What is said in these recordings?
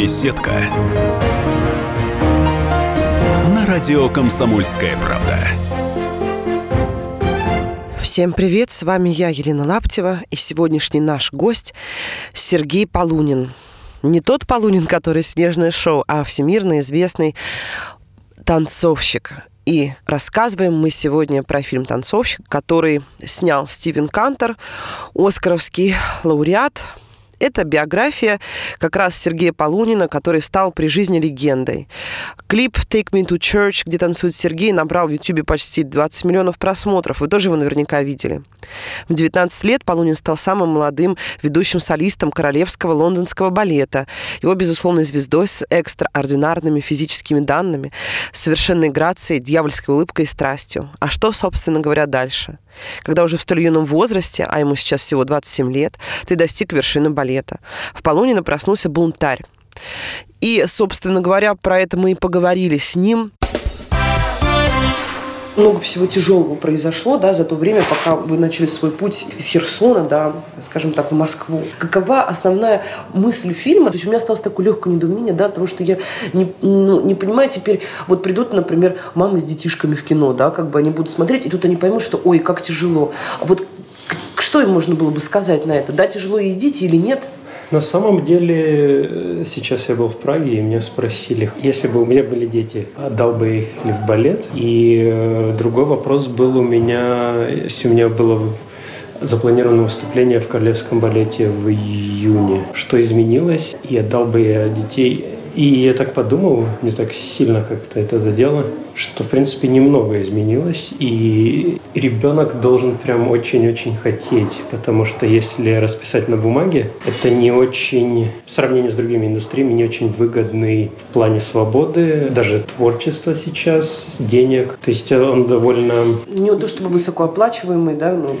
Беседка. На радио «Комсомольская правда». Всем привет, с вами я, Елена Лаптева, и сегодняшний наш гость Сергей Полунин. Не тот Полунин, который «Снежное шоу», а всемирно известный танцовщик. И рассказываем мы сегодня про фильм «Танцовщик», который снял Стивен Кантер, оскаровский лауреат. Это биография как раз Сергея Полунина, который стал при жизни легендой. Клип «Take Me to Church», где танцует Сергей, набрал в Ютубе почти 20 миллионов просмотров. Вы тоже его наверняка видели. В 19 лет Полунин стал самым молодым ведущим солистом Королевского лондонского балета. Его безусловной звездой с экстраординарными физическими данными, совершенной грацией, дьявольской улыбкой и страстью. А что, собственно говоря, дальше? Когда уже в столь юном возрасте, а ему сейчас всего 27 лет, ты достиг вершины балета. В Полунина проснулся бунтарь. И, собственно говоря, про это мы и поговорили с ним. Много всего тяжелого произошло, да, за то время, пока вы начали свой путь из Херсона, да, скажем так, в Москву. Какова основная мысль фильма? То есть у меня осталось такое легкое недоумение, да, потому что я не понимаю теперь, вот придут, например, мамы с детишками в кино, да, как бы они будут смотреть, и тут они поймут, что, ой, как тяжело. Вот что им можно было бы сказать на это? Да, тяжело, и идите или нет? На самом деле, сейчас я был в Праге, и меня спросили, если бы у меня были дети, отдал бы их ли в балет? И другой вопрос был у меня, если у меня было запланировано выступление в Королевском балете в июне, что изменилось, и отдал бы я детей. И я так подумал, не так сильно как-то это задело, что, в принципе, немного изменилось, и ребенок должен прям очень-очень хотеть, потому что если расписать на бумаге, это не очень, в сравнении с другими индустриями, не очень выгодный в плане свободы, даже творчества сейчас, денег. То есть он довольно... Не то чтобы высокооплачиваемый, да, но...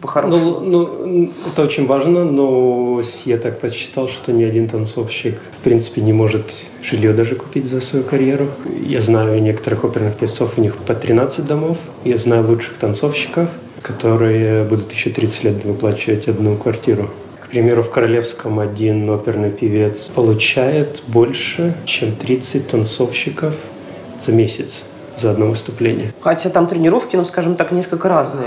Ну, это очень важно, но я так подсчитал, что ни один танцовщик, в принципе, не может жилье даже купить за свою карьеру. Я знаю некоторых оперных певцов, у них по 13 домов. Я знаю лучших танцовщиков, которые будут еще 30 лет выплачивать одну квартиру. К примеру, в Королевском один оперный певец получает больше, чем 30 танцовщиков за месяц. За одно выступление. Хотя там тренировки, ну, скажем так, несколько разные.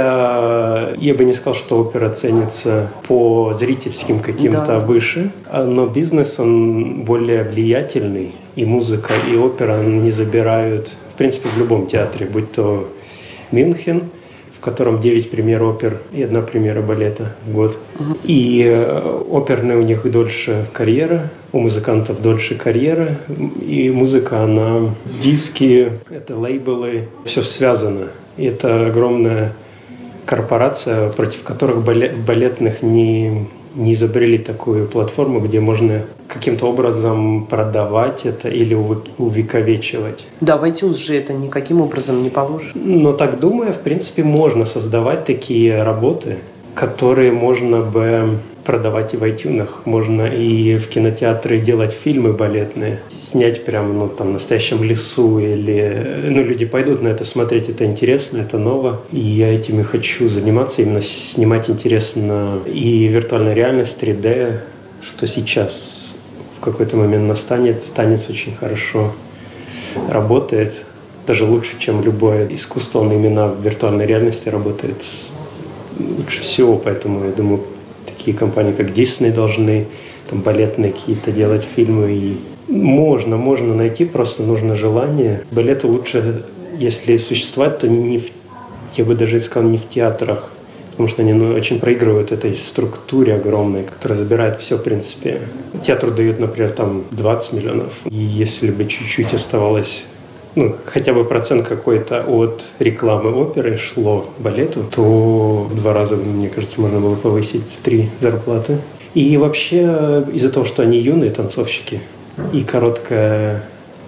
Хотя я бы не сказал, что опера ценится по зрительским каким-то выше, но бизнес, он более влиятельный. И музыка, и опера не забирают, в принципе, в любом театре, будь то Мюнхен, в котором 9 премьер опер и 1 премьера балета в год. И оперная у них дольше карьера, у музыкантов дольше карьера, и музыка, она диски, это лейблы, все связано. И это огромная корпорация, против которых балетных не изобрели такую платформу, где можно каким-то образом продавать это или увековечивать. Да, в iTunes же это никаким образом не положено. Но так думая, в принципе, можно создавать такие работы, которые можно бы продавать и в iTunes. Можно и в кинотеатры делать фильмы балетные, снять прямо в настоящем лесу, или люди пойдут на это смотреть, это интересно, это ново. И я этим и хочу заниматься, именно снимать интересно и виртуальная реальность, 3D, что сейчас в какой-то момент настанет. Танец очень хорошо работает, даже лучше, чем любое искусство, он именно в виртуальной реальности работает лучше всего, поэтому я думаю, такие компании, как Disney, должны там балетные какие-то делать фильмы. И можно найти, просто нужно желание. Балеты лучше, если существовать, то я бы даже сказал, не в театрах, потому что они очень проигрывают этой структуре огромной, которая забирает все, в принципе. Театру дают, например, 20 миллионов. И если бы чуть-чуть оставалось, хотя бы процент какой-то от рекламы оперы шло балету, то в 2 раза, мне кажется, можно было повысить 3 зарплаты. И вообще из-за того, что они юные танцовщики и короткая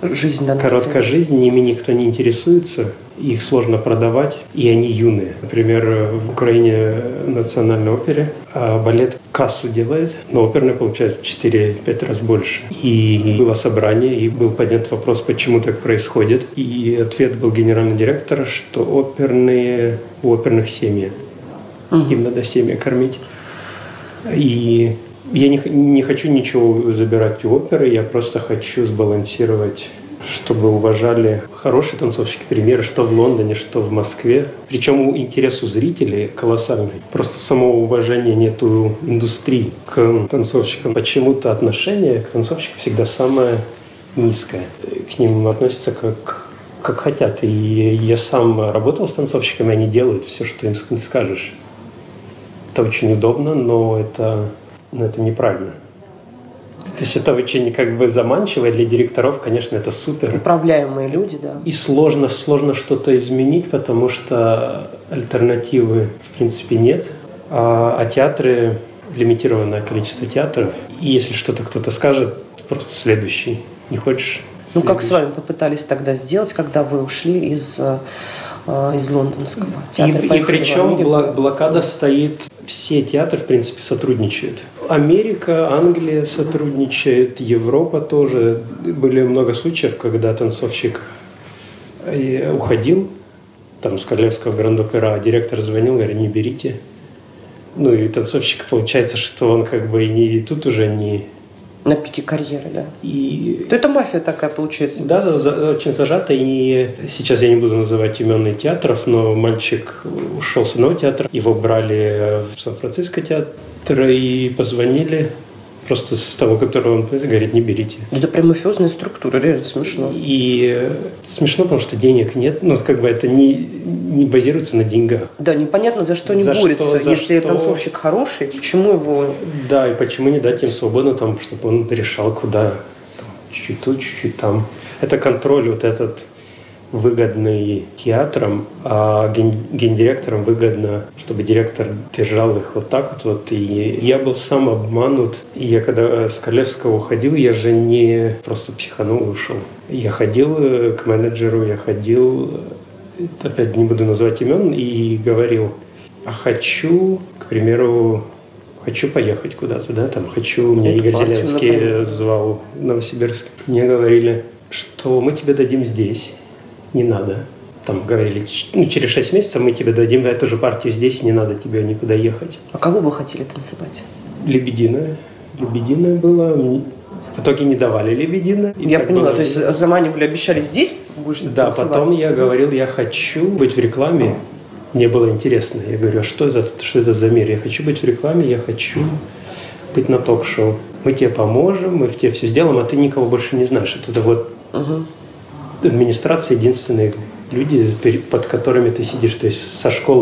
жизнь, ими никто не интересуется, их сложно продавать, и они юные. Например, в Украине национальной опере балет кассу делает, но оперный получает в 4-5 раз больше. И было собрание, и был поднят вопрос, почему так происходит. И ответ был генерального директора, что у оперных семьи. Им надо семьи кормить. И Я не хочу ничего забирать у оперы, я просто хочу сбалансировать, чтобы уважали хорошие танцовщики, примеры, что в Лондоне, что в Москве. Причем интерес у зрителей колоссальный. Просто самого уважения нету индустрии к танцовщикам. Почему-то отношение к танцовщикам всегда самое низкое. К ним относятся как хотят. И я сам работал с танцовщиками, они делают все, что им скажешь. Это очень удобно, но это неправильно. То есть это очень как бы заманчиво для директоров, конечно, это супер. Управляемые люди, да. И сложно что-то изменить, потому что альтернативы в принципе нет. А театры, лимитированное количество театров. И если что-то кто-то скажет, просто следующий. Не хочешь? Ну, как с вами попытались тогда сделать, когда вы ушли из лондонского театра? И причем блокада стоит, все театры, в принципе, сотрудничают. Америка, Англия сотрудничает, Европа тоже. Были много случаев, когда танцовщик уходил, там, с Королевского Гранд-Опера, а директор звонил, говорит, не берите. Ну, и танцовщик, получается, что он как бы и тут уже не... На пике карьеры, да. И... То это мафия такая получается. Да, очень зажата. И сейчас я не буду называть имен театров, но мальчик ушел с одного театра, его брали в Сан-Франциско театр и позвонили просто с того, которого он говорит, не берите. Это прям мафиозная структура, реально смешно. И смешно, потому что денег нет. Ну, как бы это не базируется на деньгах. Да, непонятно, за что они борются. Если танцовщик хороший, почему его... Да, и почему не дать им свободу, там, чтобы он решал, куда там, чуть-чуть тут, чуть-чуть там. Это контроль вот этот выгодный театрам, а гендиректорам выгодно, чтобы директор держал их вот так вот. И я был сам обманут. И я когда с Королевского уходил, я же не просто психанул и ушел. Я ходил к менеджеру, опять не буду называть имен, и говорил, а хочу, к примеру, поехать куда-то, да, там хочу, меня Игорь Зеленский звал в Новосибирск. Мне говорили, что мы тебе дадим здесь. Не надо. Там говорили, через 6 месяцев мы тебе дадим эту же партию здесь, не надо тебе никуда ехать. А кого вы хотели танцевать? Лебединое. Лебединое было. В итоге не давали Лебединое. Я поняла, то есть заманивали, обещали здесь будешь танцевать? Да, потом я говорил, я хочу быть в рекламе. Мне было интересно. Я говорю, а что это за мир? Я хочу быть в рекламе, я хочу быть на ток-шоу. Мы тебе поможем, мы в тебе все сделаем, а ты никого больше не знаешь. Это вот... Администрация единственные люди, под которыми ты сидишь. То есть со школы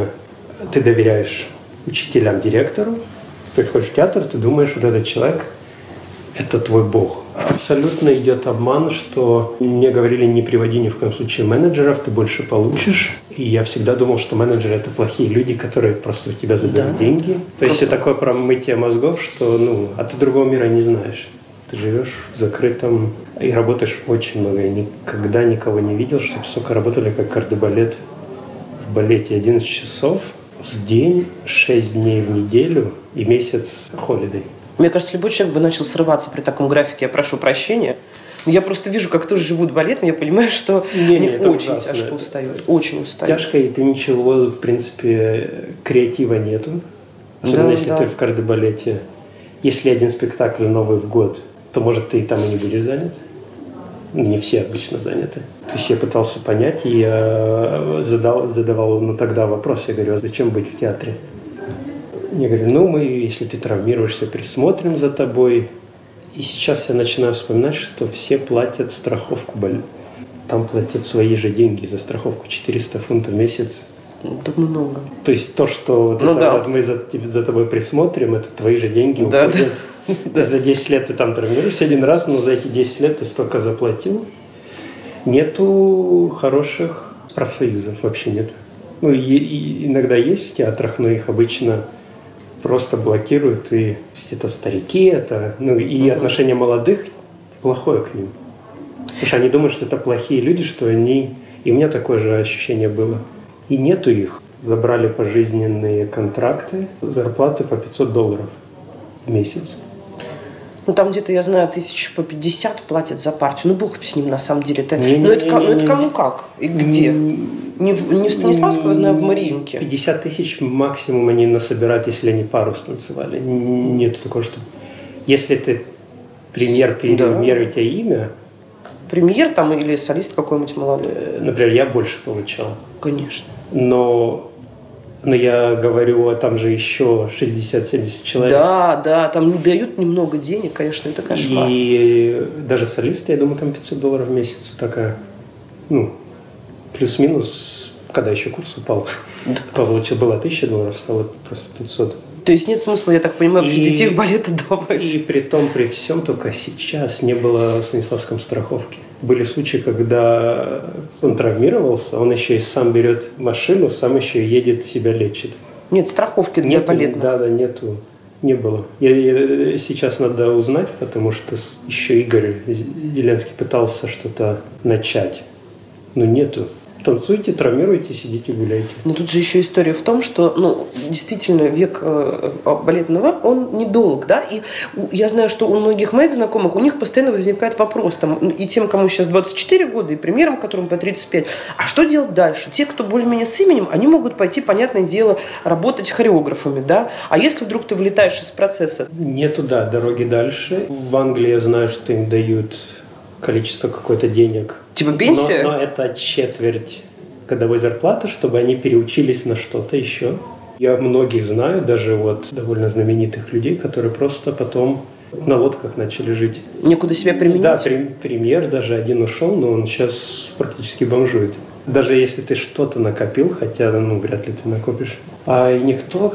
ты доверяешь учителям, директору. Приходишь в театр, ты думаешь, вот этот человек – это твой бог. Абсолютно идет обман, что мне говорили, не приводи ни в коем случае менеджеров, ты больше получишь. И я всегда думал, что менеджеры – это плохие люди, которые просто у тебя заберут деньги. То есть это такое промытие мозгов, что а ты другого мира не знаешь. Ты живешь в закрытом и работаешь очень много. Я никогда никого не видел, чтобы столько работали, как кардебалет в балете. 11 часов в день, 6 дней в неделю и месяц холидей. Мне кажется, любой человек бы начал срываться при таком графике. Я прошу прощения. Но я просто вижу, как тоже живут балетом, я понимаю, что они очень тяжко устают. Очень устают. Тяжко, и ты ничего, в принципе, креатива нету. Особенно если ты в кардебалете. Если один спектакль новый в год, то, может, ты там и не будешь занят. Не все обычно заняты. То есть я пытался понять, и я задавал тогда вопрос. Я говорю, а зачем быть в театре? Я говорю, мы, если ты травмируешься, присмотрим за тобой. И сейчас я начинаю вспоминать, что все платят страховку. Там платят свои же деньги за страховку. 400 фунтов в месяц. Это много. То есть то, что мы за тобой присмотрим, это твои же деньги уходят. За 10 лет ты там травмируешься один раз, но за эти 10 лет ты столько заплатил. Нету хороших профсоюзов, вообще нет. И иногда есть в театрах, но их обычно просто блокируют. И это старики, и отношение молодых плохое к ним. Потому что они думают, что это плохие люди, что они... И у меня такое же ощущение было. И нету их. Забрали пожизненные контракты, зарплаты по $500 в месяц. Ну, там где-то, я знаю, 1050 платят за партию. Ну, бог с ним, на самом деле. Это кому как? И где? Не в Станиславского, я знаю, в Мариинке. 50 тысяч максимум они насобирают, если они пару станцевали. Нету такого, что... Если ты премьер у тебя имя... Премьер там или солист какой-нибудь молодой? Например, я больше получал. Конечно. Но я говорю, там же еще 60-70 человек. Да, там не дают немного денег, конечно, это кошмар. И даже солисты, я думаю, там $500 в месяц такая, плюс-минус, когда еще курс упал. Получил, было $1000, стало просто 500. То есть нет смысла, я так понимаю, детей в балет отдавать. И при всем только сейчас не было в Станиславском страховки. Были случаи, когда он травмировался, он еще и сам берет машину, сам еще и едет, себя лечит. Нет страховки для балетных. Да, нету. Не было. Я сейчас надо узнать, потому что еще Игорь Еленский пытался что-то начать. Но нету. Танцуйте, травмируйте, сидите, гуляйте. Но тут же еще история в том, что, действительно, век балетного, он недолг, да, и я знаю, что у многих моих знакомых, у них постоянно возникает вопрос, и тем, кому сейчас 24 года, и премьерам, которым по 35, а что делать дальше? Те, кто более-менее с именем, они могут пойти, понятное дело, работать хореографами, да, а если вдруг ты вылетаешь из процесса? Нету, дороги дальше. В Англии я знаю, что им дают количество какое-то денег. Типа пенсия? Но это четверть годовой зарплаты, чтобы они переучились на что-то еще. Я многих знаю, даже довольно знаменитых людей, которые просто потом на лодках начали жить. Некуда себя применить? Да, премьер даже один ушел, но он сейчас практически бомжует. Даже если ты что-то накопил, хотя, вряд ли ты накопишь. А никто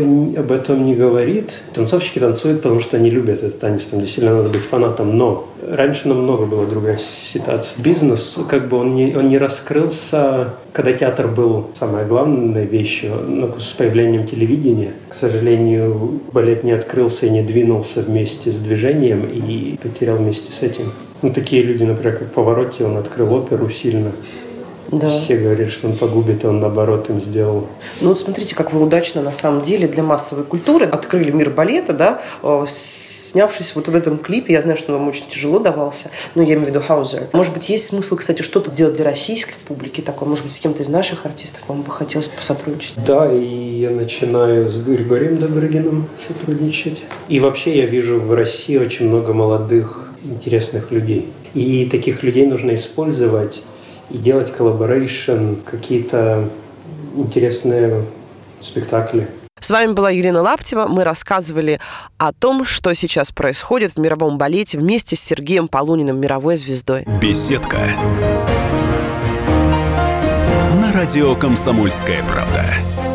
об этом не говорит. Танцовщики танцуют, потому что они любят этот танец. Там действительно надо быть фанатом. Но раньше намного была другая ситуация. Бизнес, он не раскрылся, когда театр был самой главной вещью, но с появлением телевидения. К сожалению, балет не открылся и не двинулся вместе с движением и потерял вместе с этим. Такие люди, например, как Паваротти, он открыл оперу сильно. Да. Все говорят, что он погубит, а он наоборот им сделал. Смотрите, как вы удачно на самом деле для массовой культуры открыли мир балета, да, снявшись в этом клипе. Я знаю, что он вам очень тяжело давался, но я имею в виду Хаузер. Может быть, есть смысл, кстати, что-то сделать для российской публики такое? Может быть, с кем-то из наших артистов вам бы хотелось посотрудничать? Да, и я начинаю с Григорием Добрыгиным сотрудничать. И вообще я вижу в России очень много молодых, интересных людей. И таких людей нужно использовать и делать коллаборейшн, какие-то интересные спектакли. С вами была Елена Лаптева. Мы рассказывали о том, что сейчас происходит в мировом балете вместе с Сергеем Полуниным, мировой звездой. Беседка. На радио «Комсомольская правда».